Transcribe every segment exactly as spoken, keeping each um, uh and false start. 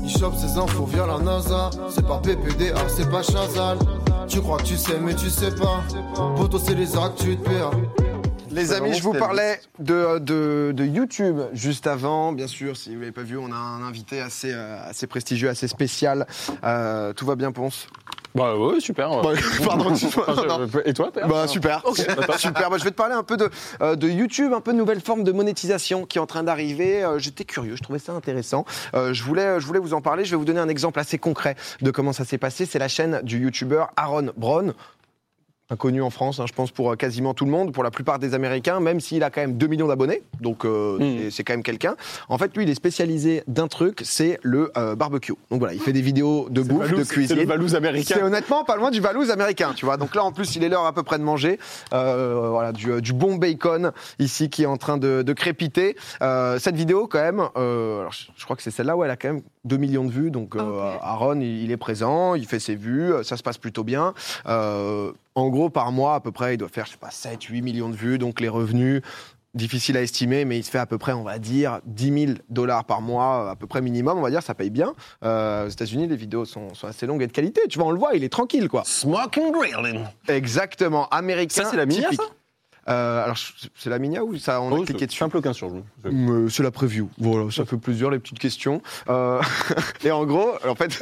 Il chope ses infos via la NASA. C'est pas P P D A, c'est pas Chazal. Tu crois que tu sais, mais tu sais pas. Poto, c'est les actus de P A. Les amis, je vous parlais de, de, de YouTube juste avant. Bien sûr, si vous ne l'avez pas vu, on a un invité assez, euh, assez prestigieux, assez spécial. Euh, tout va bien, Ponce? Bah ouais, super. Bah, pardon. Et toi, Pierre? Bah super. Okay. Super. Bah, je vais te parler un peu de, euh, de YouTube, un peu de nouvelle forme de monétisation qui est en train d'arriver. Euh, j'étais curieux, je trouvais ça intéressant. Euh, je voulais, je voulais vous en parler. Je vais vous donner un exemple assez concret de comment ça s'est passé. C'est la chaîne du YouTuber Aaron Brown. Inconnu en France, hein, je pense, pour quasiment tout le monde, pour la plupart des Américains, même s'il a quand même deux millions d'abonnés, donc euh, mmh. c'est, c'est quand même quelqu'un. En fait, lui, il est spécialisé d'un truc, c'est le euh, barbecue. Donc voilà, il fait des vidéos de c'est bouffe, Valouz, de cuisine. C'est le Valouz américain. C'est honnêtement pas loin du Valouz américain, tu vois. Donc là, en plus, il est l'heure à peu près de manger. Euh, voilà, du, du bon bacon, ici, qui est en train de, de crépiter. Euh, cette vidéo, quand même, euh, alors, je, je crois que c'est celle-là où elle a quand même deux millions de vues. Donc euh, okay. Aaron, il, il est présent, il fait ses vues, ça se passe plutôt bien. Euh, En gros, par mois, à peu près, il doit faire, je sais pas, sept, huit millions de vues. Donc, les revenus, difficile à estimer, mais il se fait à peu près, on va dire, dix mille dollars par mois, à peu près minimum, on va dire, ça paye bien. Euh, aux États-Unis, les vidéos sont, sont assez longues et de qualité. Tu vois, on le voit, il est tranquille, quoi. Smoking grilling. Exactement, américain. Ça, c'est la Mia, ça Euh, alors, c'est la Mia ou ça, on oh, a cliqué dessus? C'est un peu qu'un sur euh, C'est la preview. Voilà, ça fait plusieurs, les petites questions. Euh, et en gros, en fait...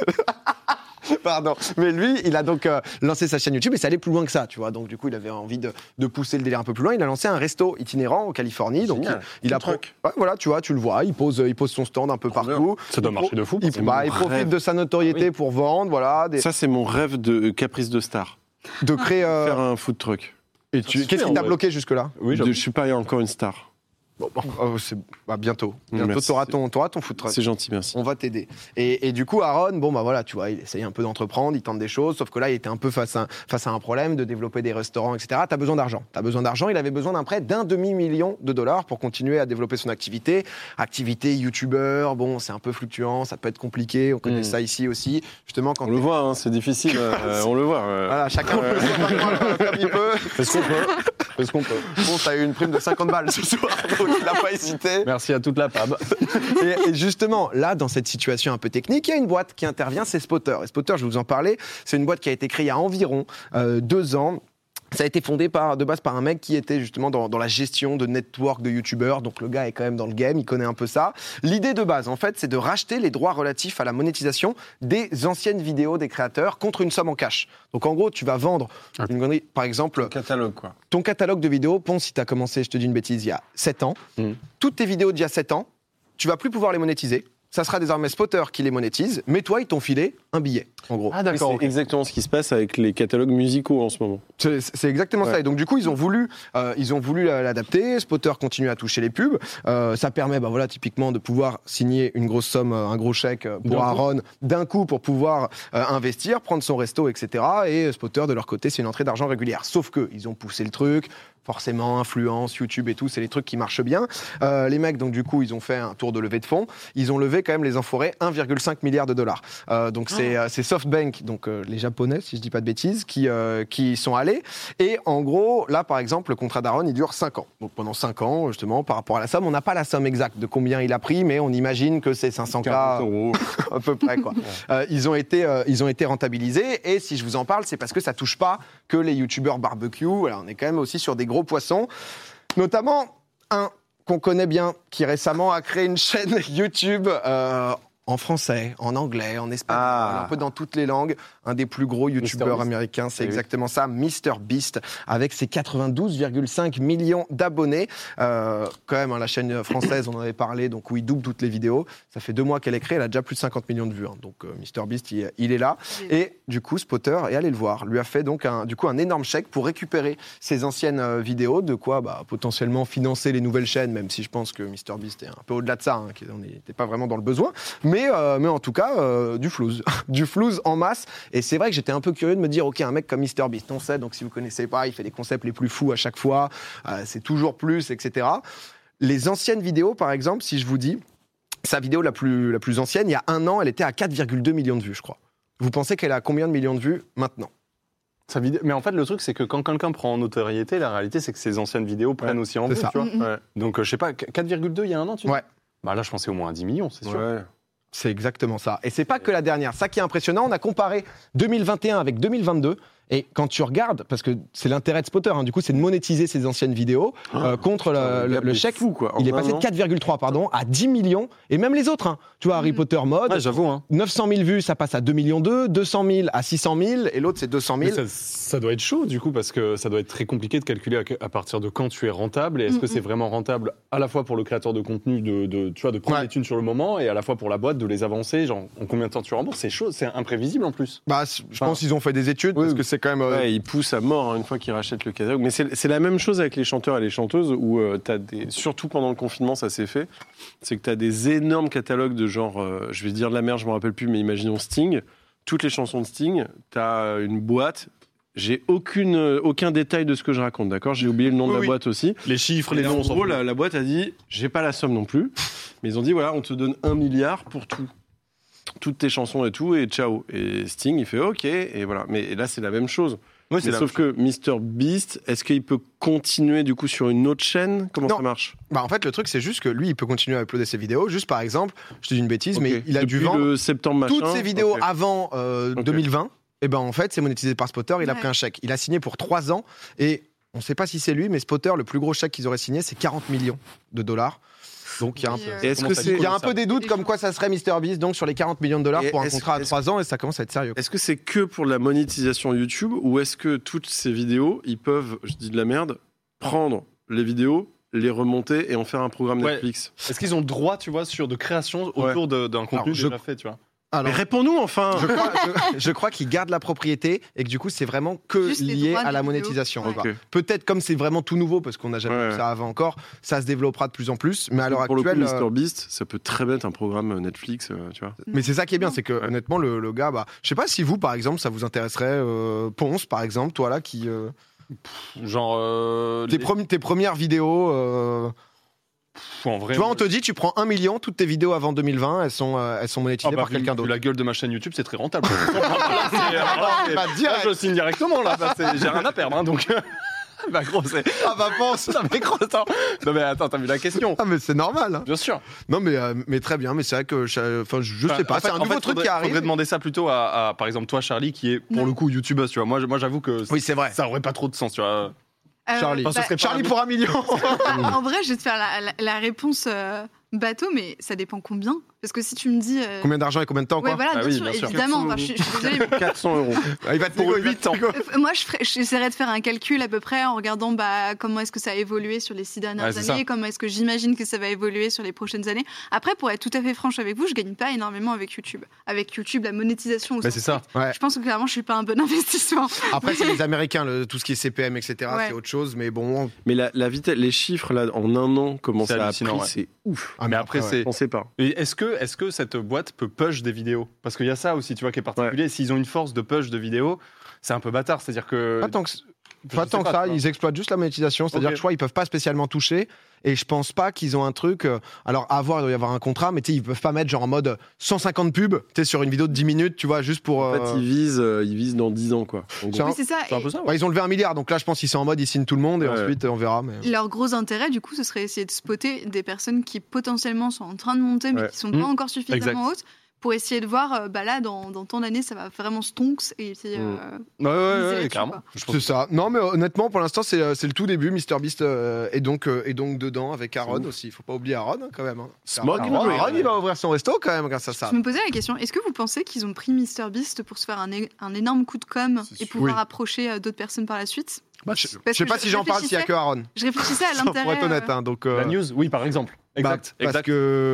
Pardon. Mais lui, il a donc euh, lancé sa chaîne YouTube et ça allait plus loin que ça, tu vois. Donc, du coup, il avait envie de, de pousser le délire un peu plus loin. Il a lancé un resto itinérant en Californie. Donc, il, il a truc. Ouais, voilà, tu vois, tu le vois. Il pose, il pose son stand un peu Trop partout. Bien. Ça doit marcher de fou. Il, bah, il profite de sa notoriété ah, oui. pour vendre, voilà. Des... Ça, c'est mon rêve de caprice de star. De créer. Euh... Faire un food truck. Et tu... Qu'est-ce qui t'a bloqué jusque-là? Oui, je suis pas encore une star. Bon, bon. Oh, c'est... Bah, bientôt. Bientôt, tu auras ton, ton food truck. C'est gentil, merci. On va t'aider. Et, et du coup, Aaron, bon, bah voilà, tu vois, il essaye un peu d'entreprendre, il tente des choses, sauf que là, il était un peu face à, face à un problème de développer des restaurants, et cetera. T'as besoin d'argent. T'as besoin d'argent. Il avait besoin d'un prêt d'un demi-million de dollars pour continuer à développer son activité. Activité youtubeur, bon, c'est un peu fluctuant, ça peut être compliqué. On connaît mmh. ça ici aussi. Justement, quand on le voit, hein, c'est difficile. euh, on le voit. Ouais. Voilà, chacun peut se comme il peut. Est-ce qu'on peut Est-ce qu'on peut Bon, t'as eu une prime de cinquante balles ce soir, donc il n'a pas hésité. Merci à toute la P A B. et, et justement, là, dans cette situation un peu technique, il y a une boîte qui intervient, c'est Spotter. Et Spotter, je vais vous en parler, c'est une boîte qui a été créée il y a environ euh, deux ans. Ça a été fondé par, de base par un mec qui était justement dans, dans la gestion de network de youtubeurs. Donc le gars est quand même dans le game, il connaît un peu ça. L'idée de base, en fait, c'est de racheter les droits relatifs à la monétisation des anciennes vidéos des créateurs contre une somme en cash. Donc en gros, tu vas vendre une connerie, par exemple... Ton catalogue, quoi. Ton catalogue de vidéos. Ponce, si tu as commencé, je te dis une bêtise, il y a sept ans. Mmh. Toutes tes vidéos d'il y a sept ans, tu vas plus pouvoir les monétiser. Ça sera désormais Spotter qui les monétise, mais toi, ils t'ont filé un billet, en gros. Ah d'accord. C'est okay. exactement ce qui se passe avec les catalogues musicaux en ce moment. C'est, c'est exactement ouais. ça. Et donc du coup, ils ont voulu, euh, ils ont voulu l'adapter. Spotter continue à toucher les pubs. Euh, ça permet, bah voilà, typiquement, de pouvoir signer une grosse somme, un gros chèque pour d'un Aaron coup. d'un coup pour pouvoir euh, investir, prendre son resto, et cetera. Et Spotter, de leur côté, c'est une entrée d'argent régulière. Sauf que ils ont poussé le truc. Forcément, influence, YouTube et tout, c'est les trucs qui marchent bien. Euh, les mecs, donc du coup, ils ont fait un tour de levée de fonds. Ils ont levé quand même les enfoirés un virgule cinq milliard de dollars. Euh, donc c'est, oh. c'est SoftBank, donc euh, les Japonais, si je dis pas de bêtises, qui euh, qui sont allés. Et en gros, là, par exemple, le contrat d'Aaron, il dure cinq ans. Donc pendant cinq ans, justement, par rapport à la somme, on n'a pas la somme exacte de combien il a pris, mais on imagine que c'est cinq cents K à peu près, quoi. euh, ils ont été euh, ils ont été rentabilisés. Et si je vous en parle, c'est parce que ça touche pas que les youtubeurs barbecue. Voilà, on est quand même aussi sur des gros poissons, notamment un qu'on connaît bien, qui récemment a créé une chaîne YouTube euh, en français, en anglais, en espagnol, ah. un peu dans toutes les langues. Un des plus gros youtubeurs américains, c'est oui. exactement ça, MrBeast, avec ses quatre-vingt-douze virgule cinq millions d'abonnés. Euh, quand même, hein, la chaîne française, on en avait parlé, donc où il double toutes les vidéos. Ça fait deux mois qu'elle est créée, elle a déjà plus de cinquante millions de vues. Hein, donc euh, MrBeast, il, il est là. Oui. Et du coup, Spotter, et allez le voir, lui a fait donc un, du coup, un énorme chèque pour récupérer ses anciennes euh, vidéos, de quoi bah, potentiellement financer les nouvelles chaînes, même si je pense que MrBeast est un peu au-delà de ça, hein, on n'était pas vraiment dans le besoin. Mais, euh, mais en tout cas, euh, du flouze. du flouze en masse. Et c'est vrai que j'étais un peu curieux de me dire, ok, un mec comme MrBeast, on sait, donc si vous connaissez pas, il fait des concepts les plus fous à chaque fois, euh, c'est toujours plus, et cetera. Les anciennes vidéos, par exemple, si je vous dis, sa vidéo la plus, la plus ancienne, il y a un an, elle était à quatre virgule deux millions de vues, je crois. Vous pensez qu'elle a combien de millions de vues maintenant ? Sa vidéo... Mais en fait, le truc, c'est que quand quelqu'un prend en notoriété, la réalité, c'est que ses anciennes vidéos prennent ouais, aussi en vue, tu vois. Ouais. Donc, euh, je sais pas, quatre virgule deux il y a un an, tu dis ? Ouais. Bah là, je pensais au moins à dix millions, c'est sûr. Ouais. C'est exactement ça. Et c'est pas que la dernière. Ça qui est impressionnant, on a comparé deux mille vingt et un avec deux mille vingt-deux. Et quand tu regardes, parce que c'est l'intérêt de Spotter, hein, du coup, c'est de monétiser ses anciennes vidéos euh, oh, contre le, le, le chèque. Fou, quoi. Il est En passé de quatre virgule trois pardon, à dix millions. Et même les autres, hein. Tu vois, Harry Mm. Potter mode, Ouais, j'avoue. Hein. neuf cent mille vues, ça passe à deux millions deux, deux cent mille à six cent mille, et l'autre, c'est deux cent Mais mille. ça, ça doit être chaud du coup parce que ça doit être très compliqué de calculer à, que- à partir de quand tu es rentable et est-ce que Mm, c'est mm. vraiment rentable à la fois pour le créateur de contenu de, de tu vois de prendre Ouais. les thunes sur le moment et à la fois pour la boîte de les avancer genre en combien de temps tu rembourses, c'est chaud, c'est imprévisible en plus. Bah, je pense qu'ils ont fait des études, Oui, parce oui. que c'est quand même... euh, Ouais, ils poussent à mort hein, une fois qu'ils rachètent le catalogue. Mais c'est c'est la même chose avec les chanteurs et les chanteuses, où euh, t'as des, surtout pendant le confinement, ça s'est fait. C'est que tu as des énormes catalogues de genre, euh, je vais dire de la merde, je me rappelle plus, mais imaginons Sting. Toutes les chansons de Sting, tu as une boîte. J'ai aucune, euh, aucun détail de ce que je raconte, d'accord? J'ai oublié le nom Oui, de la oui. boîte aussi. Les chiffres, Et les là, noms, en on s'en gros, fout. la, la boîte a dit, j'ai pas la somme non plus, mais ils ont dit, voilà, on te donne un milliard pour tout. Toutes tes chansons et tout, et ciao. Et Sting, il fait OK, et voilà. Mais là, c'est la même chose. Ouais, c'est Mais la- sauf que Mister Beast, est-ce qu'il peut continuer du coup sur une autre chaîne? Comment Non. ça marche? Bah, en fait, le truc, c'est juste que lui, il peut continuer à uploader ses vidéos. Juste par exemple, je te dis une bêtise, mais Ok. il a Depuis dû vendre le septembre machin. toutes ses vidéos Ok. avant euh, Ok. deux mille vingt. Et ben en fait, c'est monétisé par Spotter. Il a Ouais. pris un chèque. Il a signé pour trois ans. Et on ne sait pas si c'est lui, mais Spotter, le plus gros chèque qu'ils auraient signé, c'est quarante millions de dollars. Donc il y a un Et, peu. euh, Et est-ce Comment que ça c'est Il y a un ça peu des doutes comme quoi ça serait Mister Beast, donc sur les quarante millions de dollars Et pour un est-ce- contrat à est-ce- trois ans, et ça commence à être sérieux. est-ce que c'est que pour la monétisation YouTube ou est-ce que toutes ces vidéos, ils peuvent, je dis de la merde, prendre les vidéos, les remonter et en faire un programme Ouais. Netflix? Est-ce qu'ils ont le droit, tu vois, sur de création Ouais. autour de- d'un contenu Alors, je- déjà fait, tu vois? Alors, Mais réponds-nous enfin. je crois, je- je crois qu'ils gardent la propriété et que du coup, c'est vraiment que Juste les lié droits à la des vidéos. monétisation. Ouais. tu vois. Ok. Peut-être comme c'est vraiment tout nouveau, parce qu'on n'a jamais Ouais, vu ouais. ça avant encore, ça se développera de plus en plus. Mais à l'heure Pour le coup, actuelle. Mister euh, Beast, ça peut très bien être un programme Netflix, euh, tu vois. Mais c'est ça qui est bien, c'est que Ouais. honnêtement, le, le gars, bah, je sais pas si vous, par exemple, ça vous intéresserait, euh, Ponce, par exemple, toi là, qui. euh, Genre euh, tes, les- premi- tes premières vidéos. euh, Pff, en vrai. tu vois, on te dit, tu prends un million, toutes tes vidéos avant deux mille vingt, elles sont, euh, elles sont monétisées Ah bah, par quelqu'un vu- vu d'autre. La gueule de ma chaîne YouTube, c'est très rentable. Là, c'est- là, c'est- Bah, là, direct. je signe directement là. Bah, c'est- J'ai rien à perdre, hein, donc. Bah gros, c'est. Ah bah Ponce. Non mais gros, attends. Non mais attends, t'as vu la question. Ah mais c'est normal. hein. Bien sûr. Non mais, euh, mais très bien, mais c'est vrai que je, enfin, je, je sais pas, En fait- c'est un en nouveau fait, truc faudrait- qui arrive. Faudrait demander ça plutôt à, à, par exemple, toi, Charlie, qui est pour Non. le coup youtubeuse, tu vois. Moi, je- moi j'avoue que Oui, c'est vrai. ça aurait pas trop de sens, tu vois. Euh, Charlie. bah, Enfin, ce serait pas Charlie un- pour un million. en vrai, je vais te faire la, la- la réponse euh, bateau, mais ça dépend combien. Parce que si tu me dis. euh, Combien d'argent et combien de temps, Ouais, quoi voilà, Ah bien oui, sûr, bien sûr. évidemment. Enfin, je, suis- je suis désolée, mais quatre cents euros. Ah, il va te Pour négo- il va huit te ans. négo- Euh, moi, je ferais- j'essaierais de faire un calcul à peu près en regardant bah, comment est-ce que ça a évolué sur les six dernières Ouais, c'est années, ça. comment est-ce que j'imagine que ça va évoluer sur les prochaines années. Après, pour être tout à fait franche avec vous, je gagne pas énormément avec YouTube. Avec YouTube, la monétisation au Bah, sens c'est ça. strict, Ouais. je pense que clairement, je suis pas un bon investissement. Après, c'est les Américains, le- tout ce qui est C P M, et cetera. Ouais. C'est autre chose, mais bon. Mais la, la vitesse, les chiffres là, en un an, comment C'est ça a hallucinant, pris, ouais. c'est ouf. Ah, mais après, ouais. c'est. On sait pas. Et est-ce que, est-ce que cette boîte peut push des vidéos? Parce qu'il y a ça aussi, tu vois, qui est particulier. S'ils ont une force de push de vidéos, c'est un peu bâtard. C'est-à-dire que. Pas tant que, Je pas sais tant que pas, ça, tu vois. ils exploitent juste la monétisation. C'est-à-dire Ok. que je crois qu'ils peuvent pas spécialement toucher. Et je pense pas qu'ils ont un truc. euh, alors, à voir, il doit y avoir un contrat, mais tu sais, ils peuvent pas mettre genre en mode cent cinquante pubs, tu sais, sur une vidéo de dix minutes, tu vois, juste pour. En euh, fait, ils visent, euh, ils visent dans dix ans, quoi. En gros. C'est un- Oui, c'est ça. C'est un Et peu ça. ouais. ouais, ils ont levé un milliard, donc là, je pense qu'ils sont en mode, ils signent tout le monde, et Ouais. ensuite, on verra. Mais... leur gros intérêt, du coup, ce serait essayer de spotter des personnes qui potentiellement sont en train de monter, mais Ouais. qui sont Mmh. pas encore suffisamment Exact. hautes, pour essayer de voir, euh, bah là, dans, dans tant d'années, ça va vraiment stonks, et puis. euh, Ouais, ouais, ouais, miser ouais, là-dessus, carrément. quoi. Je pense C'est ça. Non, mais honnêtement, pour l'instant, c'est, euh, c'est le tout début. MrBeast euh, est, donc, euh, est donc dedans avec Aaron aussi. Il faut pas oublier Aaron, hein, quand même. hein. Smog Aaron, and Ray. Aaron, il va ouvrir son resto quand même grâce à ça. Je me posais la question, est-ce que vous pensez qu'ils ont pris MrBeast pour se faire un, é- un énorme coup de com C'est et sûr. pouvoir Oui. approcher euh, d'autres personnes par la suite Bah, je, Parce je sais que pas je si j'en parle s'il y a que Aaron. Je réfléchissais à Pour l'intérêt. être honnête, euh, hein, donc. euh, La news, oui, par exemple. bah, Exact. parce exact.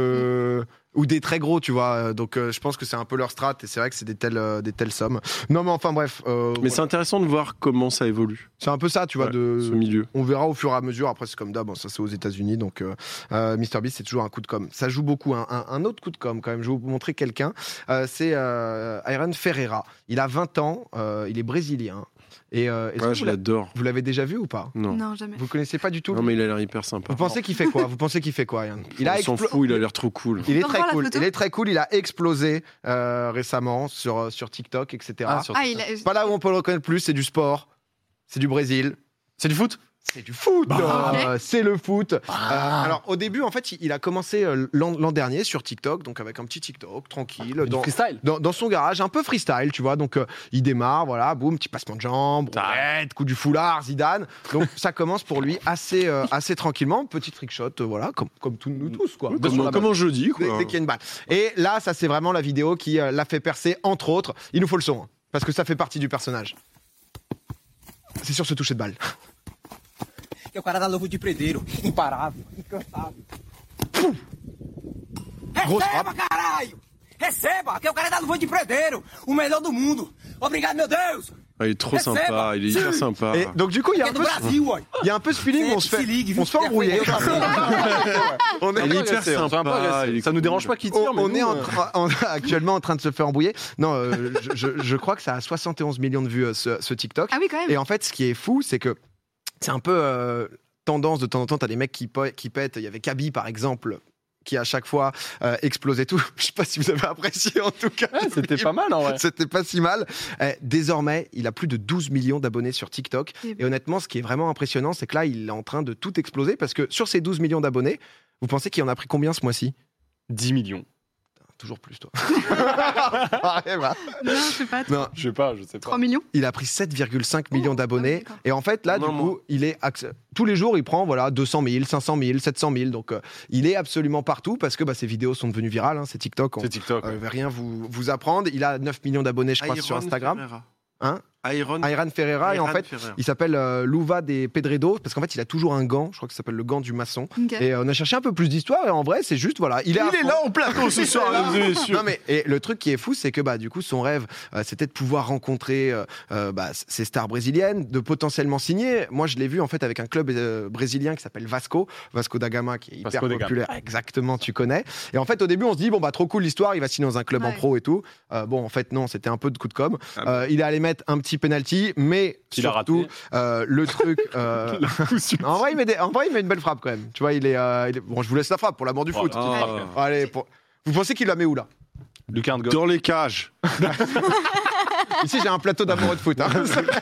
que ou des très gros, tu vois. Donc, euh, je pense que c'est un peu leur strat et c'est vrai que c'est des telles, euh, des telles sommes. Non, mais enfin bref. euh, Mais c'est voilà. intéressant de voir comment ça évolue, c'est un peu ça, tu vois. Ouais, de... ce milieu. On verra au fur et à mesure. Après, c'est comme d'hab, bon, ça c'est aux États-Unis. Donc, euh, euh, MrBeast, c'est toujours un coup de com. Ça joue beaucoup. Un, un- un autre coup de com, quand même. Je vais vous montrer quelqu'un. Euh, c'est euh, Iron Ferreira. Il a vingt ans. euh, il est brésilien. Et euh, est-ce que Ouais, vous, je l'a- l'adore. vous l'avez déjà vu ou pas? Non. Non, jamais. Vous connaissez pas du tout? Non, mais il a l'air hyper sympa. Vous pensez qu'il fait quoi? Vous pensez qu'il fait quoi, Iron? Il a On s'en explo- fout, il a l'air trop cool. Il est On peut très revoir la cool. photo Il est très cool. Il a explosé euh, récemment sur, sur TikTok, et cetera. Ah, sur- Ah, il a... Pas là où on peut le reconnaître plus, c'est du sport, c'est du Brésil. C'est du foot? c'est du foot, Bah. euh, c'est le foot. Ah. Euh, alors au début, en fait, il, il a commencé euh, l'an, l'an dernier sur TikTok, donc avec un petit TikTok tranquille, Du dans, freestyle. dans, dans son garage, un peu freestyle, tu vois. Donc euh, il démarre, voilà, boum, petit passement de jambes, roulette, coup du foulard, Zidane. Donc ça commence pour lui assez, euh, assez tranquillement, petit trickshot, euh, voilà, comme, comme tous nous tous, quoi. Comme, Sur la comme base. un jeudi, Dès, quoi. dès qu'il y a une balle. Et là, ça c'est vraiment la vidéo qui euh, l'a fait percer, entre autres. Il nous faut le son, hein, parce que ça fait partie du personnage. C'est sur ce toucher de balle. Que é o cara da luva de predeiro, imparável, incansável. Grosse Receba, frappe. caralho! Receba, que é o cara da luva de predeiro, o melhor do mundo. Obrigado, meu Deus! Ah, il est trop sympa, il est hyper sympa. Et donc du coup, il y a Que un é do peu, Brasil, ué. il y a un peu ce feeling où on se fait, Se ligue, on se fait embrouiller. On est Il est hyper On s'est un peu sympa. agressé. il est Ça nous cool. dérange pas qu'il tire, On, mais on nous, est en euh, train- on est actuellement en train de se faire embrouiller. Non, euh, je, je- je crois que ça a soixante et onze millions de vues, euh, ce, ce TikTok. Ah oui, quand même. Et en fait, ce qui est fou, c'est que c'est un peu euh, tendance de temps en temps. T'as des mecs qui, po- qui pètent. Il y avait Kaby, par exemple, qui à chaque fois euh, explosait tout. Je sais pas si vous avez apprécié, en tout cas. ouais, c'était pas mal en vrai. C'était pas si mal. Euh, désormais, il a plus de douze millions d'abonnés sur TikTok. Eh Et honnêtement, ce qui est vraiment impressionnant, c'est que là, il est en train de tout exploser parce que sur ces douze millions d'abonnés, vous pensez qu'il en a pris combien ce mois-ci? dix millions. Toujours plus, toi. Ouais, voilà. Non, je sais pas. Non, Je sais pas, je sais pas. trois millions. il a pris sept virgule cinq Oh, millions ah oui, d'abonnés. d'accord. Et en fait, là, Non, du moi. coup, il est acc- tous les jours, il prend voilà deux cent mille, cinq cent mille, sept cent mille. Donc, euh, il est absolument partout parce que bah, ses vidéos sont devenues virales. Hein, c'est TikTok. On C'est TikTok. ne va rien vous, vous apprendre. Il a neuf millions d'abonnés, je crois, sur Iron Instagram. Ferreira. Hein Iron Ayran Ferreira. Et en Iron fait, Ferreira. il s'appelle euh, Luva des Pedredo parce qu'en fait, il a toujours un gant. Je crois que ça s'appelle le gant du maçon. Ok. Et euh, on a cherché un peu plus d'histoire. Et en vrai, c'est juste, voilà. Il est, à Il est fond. là au plateau ce soir, mesdames et messieurs. Non mais et le truc qui est fou, c'est que bah du coup son rêve, euh, c'était de pouvoir rencontrer euh, euh, bah, ces stars brésiliennes, de potentiellement signer. Moi, je l'ai vu en fait avec un club euh, brésilien qui s'appelle Vasco, Vasco da Gama, qui est hyper Vasco da Gama. populaire. Exactement, tu connais. Et en fait, au début, on se dit bon bah trop cool l'histoire, il va signer dans un club en Ouais. pro et tout. Euh, bon, en fait non, c'était un peu de coup de com. Ah Euh, il est allé mettre un petit penalty, mais Qu'il a surtout raté. euh, le truc. euh, en vrai, il met des- en vrai, il met une belle frappe quand même. Tu vois, il est, euh, il est- bon, je vous laisse la frappe pour l'amour du Oh, foot. la petite Ah. frappe, quand même. Allez, pour- vous pensez qu'il la met où là? Lucarne de gauche. Dans les cages. Ici, j'ai un plateau d'amoureux de foot. Hein.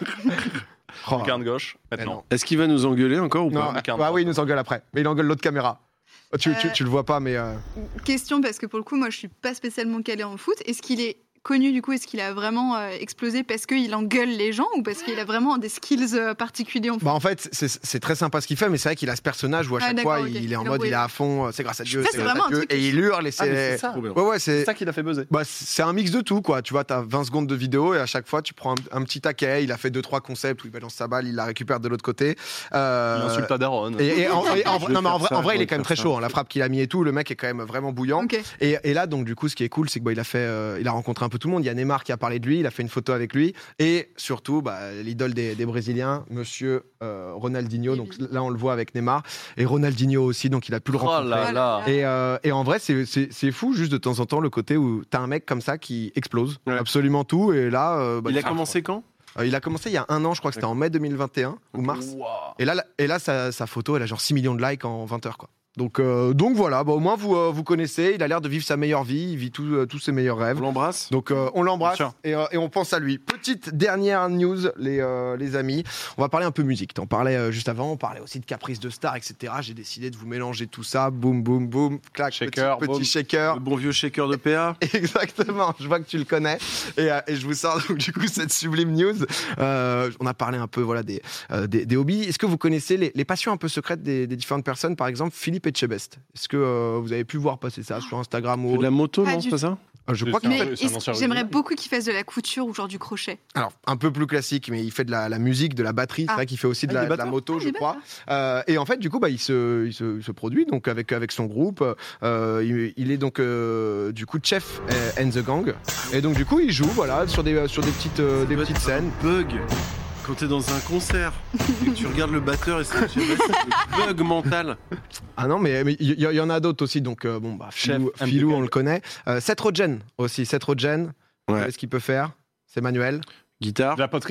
Oh. Lucarne gauche. Mais Maintenant. non. Est-ce qu'il va nous engueuler encore ou Non, pas Lucarne bah droite. oui, il nous engueule après. Mais il engueule l'autre caméra. Tu, tu, Euh. tu le vois pas, mais. euh, Question, parce que pour le coup, moi, je suis pas spécialement calée en foot. Est-ce qu'il est connu, du coup, est-ce qu'il a vraiment euh, explosé parce qu'il engueule les gens ou parce qu'il a vraiment des skills euh, particuliers en foot? Bah en fait, c'est c'est très sympa ce qu'il fait, mais c'est vrai qu'il a ce personnage où à Ah, chaque fois, d'accord, ok. il est en Il mode, envoie- il est à fond, euh, c'est grâce à Dieu, Ça, c'est c'est grâce vraiment à un Dieu. truc Et que il hurle et Ah, mais c'est. c'est ça. Trop bien. Ouais, ouais, c'est. C'est ça qui l'a fait buzzer. Bah, c'est un mix de tout, quoi. Tu vois, t'as vingt secondes de vidéo et à chaque fois, tu prends un, un petit taquet. Il a fait deux, trois concepts où il balance sa balle, il la récupère de l'autre côté. Euh, Il insulte à Daron. Et, et en, et en- Je vais non, mais en faire vrai, ça, en vrai, je il vais est quand même faire très ça. chaud. Hein. La frappe qu'il a mis et tout, le mec est quand même vraiment bouillant. Ok. Et, et là, donc, du coup, ce qui est cool, c'est que bah, il a fait, euh, il a rencontré un peu tout le monde. Il y a Neymar qui a parlé de lui, il a fait une photo avec lui, et surtout, bah, l'idole des, des Brésiliens, Monsieur euh, Ronaldinho. Donc Baby. là, on le voit avec Neymar et Ronaldinho aussi, donc il a pu le Oh rencontrer. là là. Et, euh, et en vrai, c'est- c'est c'est fou, juste de temps en temps, le côté où t'as un mec comme ça qui explose Ouais. absolument tout. Et là, euh, bah, Il a tu- commencé quand euh, il a commencé il y a un an, je crois que c'était en mai deux mille vingt et un ou mars. Et là, la- et là sa, sa photo, elle a genre six millions de likes en vingt heures, quoi. Donc, euh, donc voilà, bah, au moins vous, euh, vous connaissez, il a l'air de vivre sa meilleure vie, il vit tout, euh, tous ses meilleurs rêves. On l'embrasse. Donc euh, on l'embrasse Bien sûr. et, euh, et on pense à lui. Petite dernière news, les, euh, les amis. On va parler un peu musique. T'en parlais euh, juste avant, on parlait aussi de caprices de stars, et cetera. J'ai décidé de vous mélanger tout ça. Boum, boum, boum. Clac, Shaker, petit, petit boum. shaker. Le bon vieux shaker de P A. Exactement, je vois que tu le connais. Et, euh, et je vous sors donc, du coup cette sublime news. Euh, on a parlé un peu voilà, des, euh, des, des hobbies. Est-ce que vous connaissez les, les passions un peu secrètes des, des différentes personnes? Par exemple, Philippe Etchebest. Est-ce que euh, vous avez pu voir passer ça sur Instagram ou De la moto, Pas non, du c'est pas ça Euh, Je crois C'est qu'il un Mais peu- c'est un est-ce- ancien j'aimerais rugbyman. beaucoup qu'il fasse de la couture ou genre du crochet. Alors, un peu plus classique, mais il fait de la, la musique, de la batterie. C'est Ah. vrai qu'il fait aussi de Ah, il la, est de la batteur. moto, Ah, il je est crois. Euh, et en fait, du coup, bah, il, se, il, se, il se produit donc avec, avec son groupe. Euh, il, il est donc euh, du coup chef euh, and the gang. Et donc, du coup, il joue voilà, sur des, sur des petites, euh, des doit petites être scènes. Bug. Quand t'es dans un concert et que tu regardes le batteur et c'est c'est le bug mental. Ah non, mais mais il y, il y en a d'autres aussi. Donc, euh, bon, bah, Chef Philou, and the Philou, gang. on le connaît. Euh, Seth Rogen aussi. Seth Rogen, vous Ouais. savez ce qu'il peut faire? C'est Manuel. Guitare. De la poterie.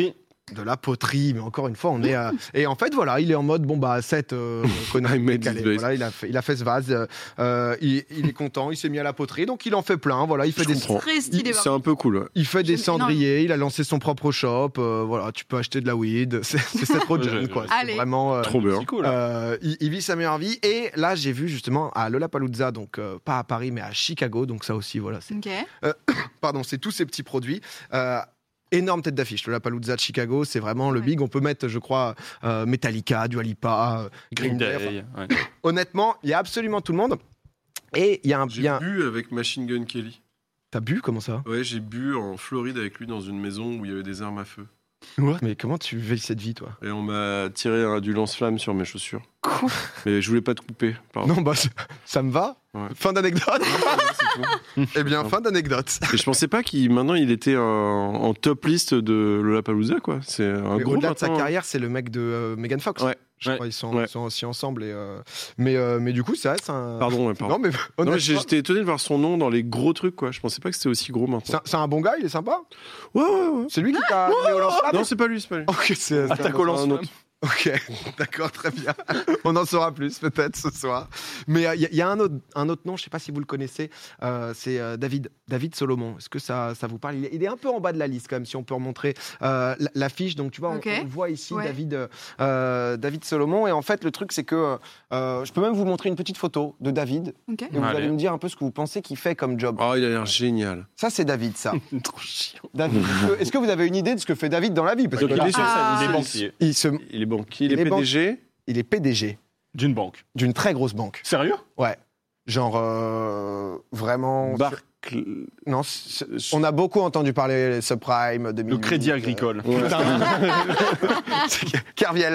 de la poterie, mais encore une fois, on est à... Et en fait, voilà, il est en mode, bon, bah, sept euh, connard, I made calé. this vase. Voilà, il a fait, il a fait ce vase, euh, il, il est content, il s'est mis à la poterie, donc il en fait plein, voilà, il fait Je des... comprends. Très stylé. C'est un peu cool. Ouais. Il fait des J'aime cendriers, il a lancé son propre shop, euh, voilà, tu peux acheter de la weed, c'est c'est cette trop jeune, quoi. C'est Allez. vraiment... euh, Trop bien. C'est cool. euh, il, il vit sa meilleure vie, et là, j'ai vu justement à Lollapalooza, donc euh, pas à Paris, mais à Chicago, donc ça aussi, voilà, c'est... Ok. Pardon, c'est tous ces petits produits. Euh, Énorme tête d'affiche, le Lollapalooza de Chicago, c'est vraiment le Ouais. big. On peut mettre, je crois, euh, Metallica, Dua Lipa, euh, Green Day. Day. ouais. Honnêtement, il y a absolument tout le monde. Et il y a un. il y J'ai a un- bu avec Machine Gun Kelly. T'as bu, comment ça? Ouais, j'ai bu en Floride avec lui dans une maison où il y avait des armes à feu. Mais comment tu vis cette vie, toi? Et on m'a tiré un- du lance-flamme sur mes chaussures. Mais je voulais pas te couper. Pardon. Non, bah, ça- ça me va. Ouais. Fin d'anecdote. Eh bien, fin d'anecdote. Et je pensais pas qu'il maintenant il était en, en top list de Lollapalooza quoi. C'est un Mais gros au-delà de sa maintenant. carrière, c'est le mec de euh, Megan Fox. Ouais. Je Ouais. crois ils sont, Ouais. ils sont aussi ensemble. Et, euh, mais, euh, mais du coup, c'est vrai, c'est un. Pardon, ouais, pardon. Non, mais Non, honnêtement, mais j'ai- j'étais étonné de voir son nom dans les gros trucs quoi. Je pensais pas que c'était aussi gros c'est maintenant. un, c'est un bon gars, il est sympa. Ouais ouais ouais. C'est lui qui t'a mis au lance-flamme. Non c'est pas lui, c'est pas lui. Ok, c'est c'est Attaque un- au un lance-flamme. autre. Ok, d'accord, très bien. On en saura plus peut-être ce soir. Mais il y, a- y a un autre, un autre nom, je ne sais pas si vous le connaissez, euh, c'est euh, David, David Solomon. Est-ce que ça, ça vous parle? il est, il est un peu en bas de la liste quand même, si on peut remontrer euh, la- l'affiche. Donc tu vois, on- Ok. on, le voit ici, Ouais. David, euh, David Solomon. Et en fait, le truc, c'est que euh, je peux même vous montrer une petite photo de David. Ok. Et vous Allez. allez me dire un peu ce que vous pensez qu'il fait comme job. Oh il a l'air génial. Ça, c'est David, ça. Trop chiant. David, est-ce que- est-ce que vous avez une idée de ce que fait David dans la vie? Parce Donc que il là, est sur Ah. sa Il est il, banquier. il, se, il est banquier, il, Il est est P D G. il est P D G D'une banque. d'une très grosse banque. Sérieux? Ouais. Genre, euh, vraiment. Barclay. Non, c'est- on a beaucoup entendu parler des subprimes, de Le crédit agricole. Kerviel.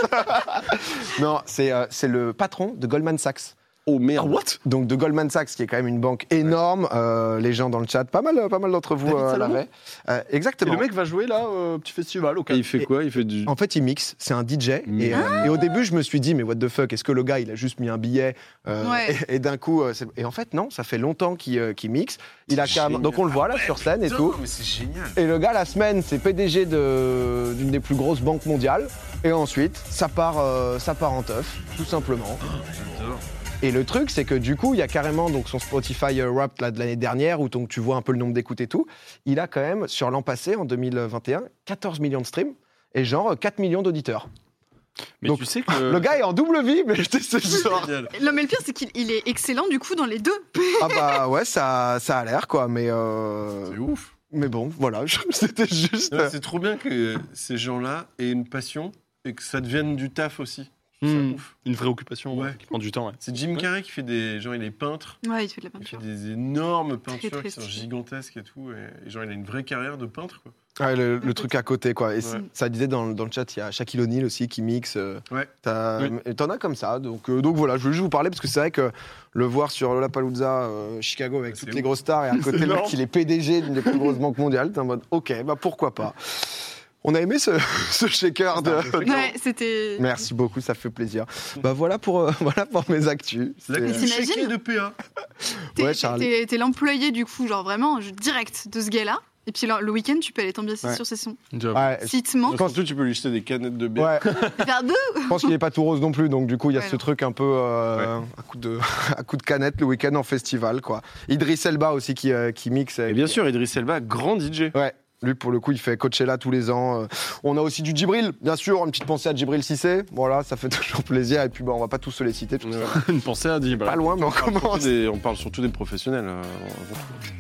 Non, c'est euh, c'est le patron de Goldman Sachs. Oh merde. what? Donc de Goldman Sachs, qui est quand même une banque énorme. Euh, les gens dans le chat, pas mal, pas mal d'entre vous David euh, Salomon l'avaient. Euh, Et exactement. le mec va jouer là au petit festival au Et Cap. il fait quoi? Il fait du. En fait, il mixe, c'est un D J. Mm. Et, euh, et au début, je me suis dit, mais what the fuck, est-ce que le gars, il a juste mis un billet euh, Ouais. Et, et d'un coup, euh, c'est- et en fait, non, ça fait longtemps qu'il euh, qu'il mixe. Il a carrément- donc on le voit là sur scène et tout. Mais c'est génial. Et le gars, la semaine, c'est P D G de- d'une des plus grosses banques mondiales. Et ensuite, ça part, euh, ça part en teuf, tout simplement. J'adore. Et le truc, c'est que du coup, il y a carrément donc, son Spotify euh, Wrapped là, de l'année dernière, où donc, tu vois un peu le nombre d'écoutes et tout. Il a quand même, sur l'an passé, en deux mille vingt et un, quatorze millions de streams et genre quatre millions d'auditeurs. Mais Donc, tu sais que. Le gars est en double vie, mais je te sais genre. Génial. Non, mais le pire, c'est qu'il il est excellent du coup dans les deux. Ah bah ouais, ça, ça a l'air quoi, mais euh, C'est ouf. mais bon, voilà, je- c'était juste. Ouais, C'est trop bien que ces gens-là aient une passion et que ça devienne du taf aussi. Je trouve ça Hmm. ouf. Une vraie occupation Ouais. ouais, qui prend du temps. Ouais. C'est Jim Carrey qui fait des. Genre, il est peintre. Ouais, il fait de la Il fait peinture. des énormes peintures très qui sont stylé. gigantesques et tout. Et, et genre, il a une vraie carrière de peintre, quoi. Ouais, le, le truc à côté quoi. Et c- Ouais. ça disait dans, le- dans le chat, il y a Shaquille O'Neal aussi qui mixe. euh, Ouais. t'as- Oui. et T'en as comme ça, donc euh, donc voilà, je voulais juste vous parler parce que c'est vrai que le voir sur Lollapalooza euh, Chicago avec C'est toutes les ouf. grosses stars et à côté le mec énorme. il est P D G d'une des plus grosses banques mondiales, t'es en mode ok, bah pourquoi pas. On a aimé ce, ce shaker de. Ouais, c'était. Merci beaucoup, ça fait plaisir. Bah voilà pour euh, voilà pour mes actus. C'est là C'est- que tu T'imagines shaké de P A. T'es Ouais, t'es- Charlie. t'es- t'es l'employé du coup, genre vraiment je- direct de ce gars-là. Et puis le, le week-end, tu peux aller t'ambiancer Ouais. sur ses sons. Job. Ouais, Si te manque, Surtout, tu peux lui jeter des canettes de bière. ouais. faire deux. Je pense qu'il n'est pas tout rose non plus, donc du coup il y a Ouais, ce non. truc un peu euh, à, coup de, à coup de canette le week-end en festival quoi. Idriss Elba aussi qui, euh, qui mixe. Et bien sûr, Idriss Elba, grand D J. Ouais. Lui, pour le coup, il fait Coachella tous les ans. Euh, On a aussi du Djibril, bien sûr, une petite pensée à Djibril Cissé. Voilà, ça fait toujours plaisir. Et puis, bon, on va pas tous se les citer. Parce que ça va Une pensée à dire. pas loin, mais on commence. Des- on parle surtout des professionnels. euh, avant tout. Tu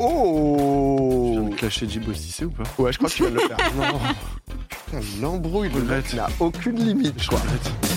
Oh viens de clasher Djibril Cissé ou pas? Ouais, je crois que tu viens de le faire. Non. Putain, l'embrouille, le mec, il n'a aucune limite, quoi.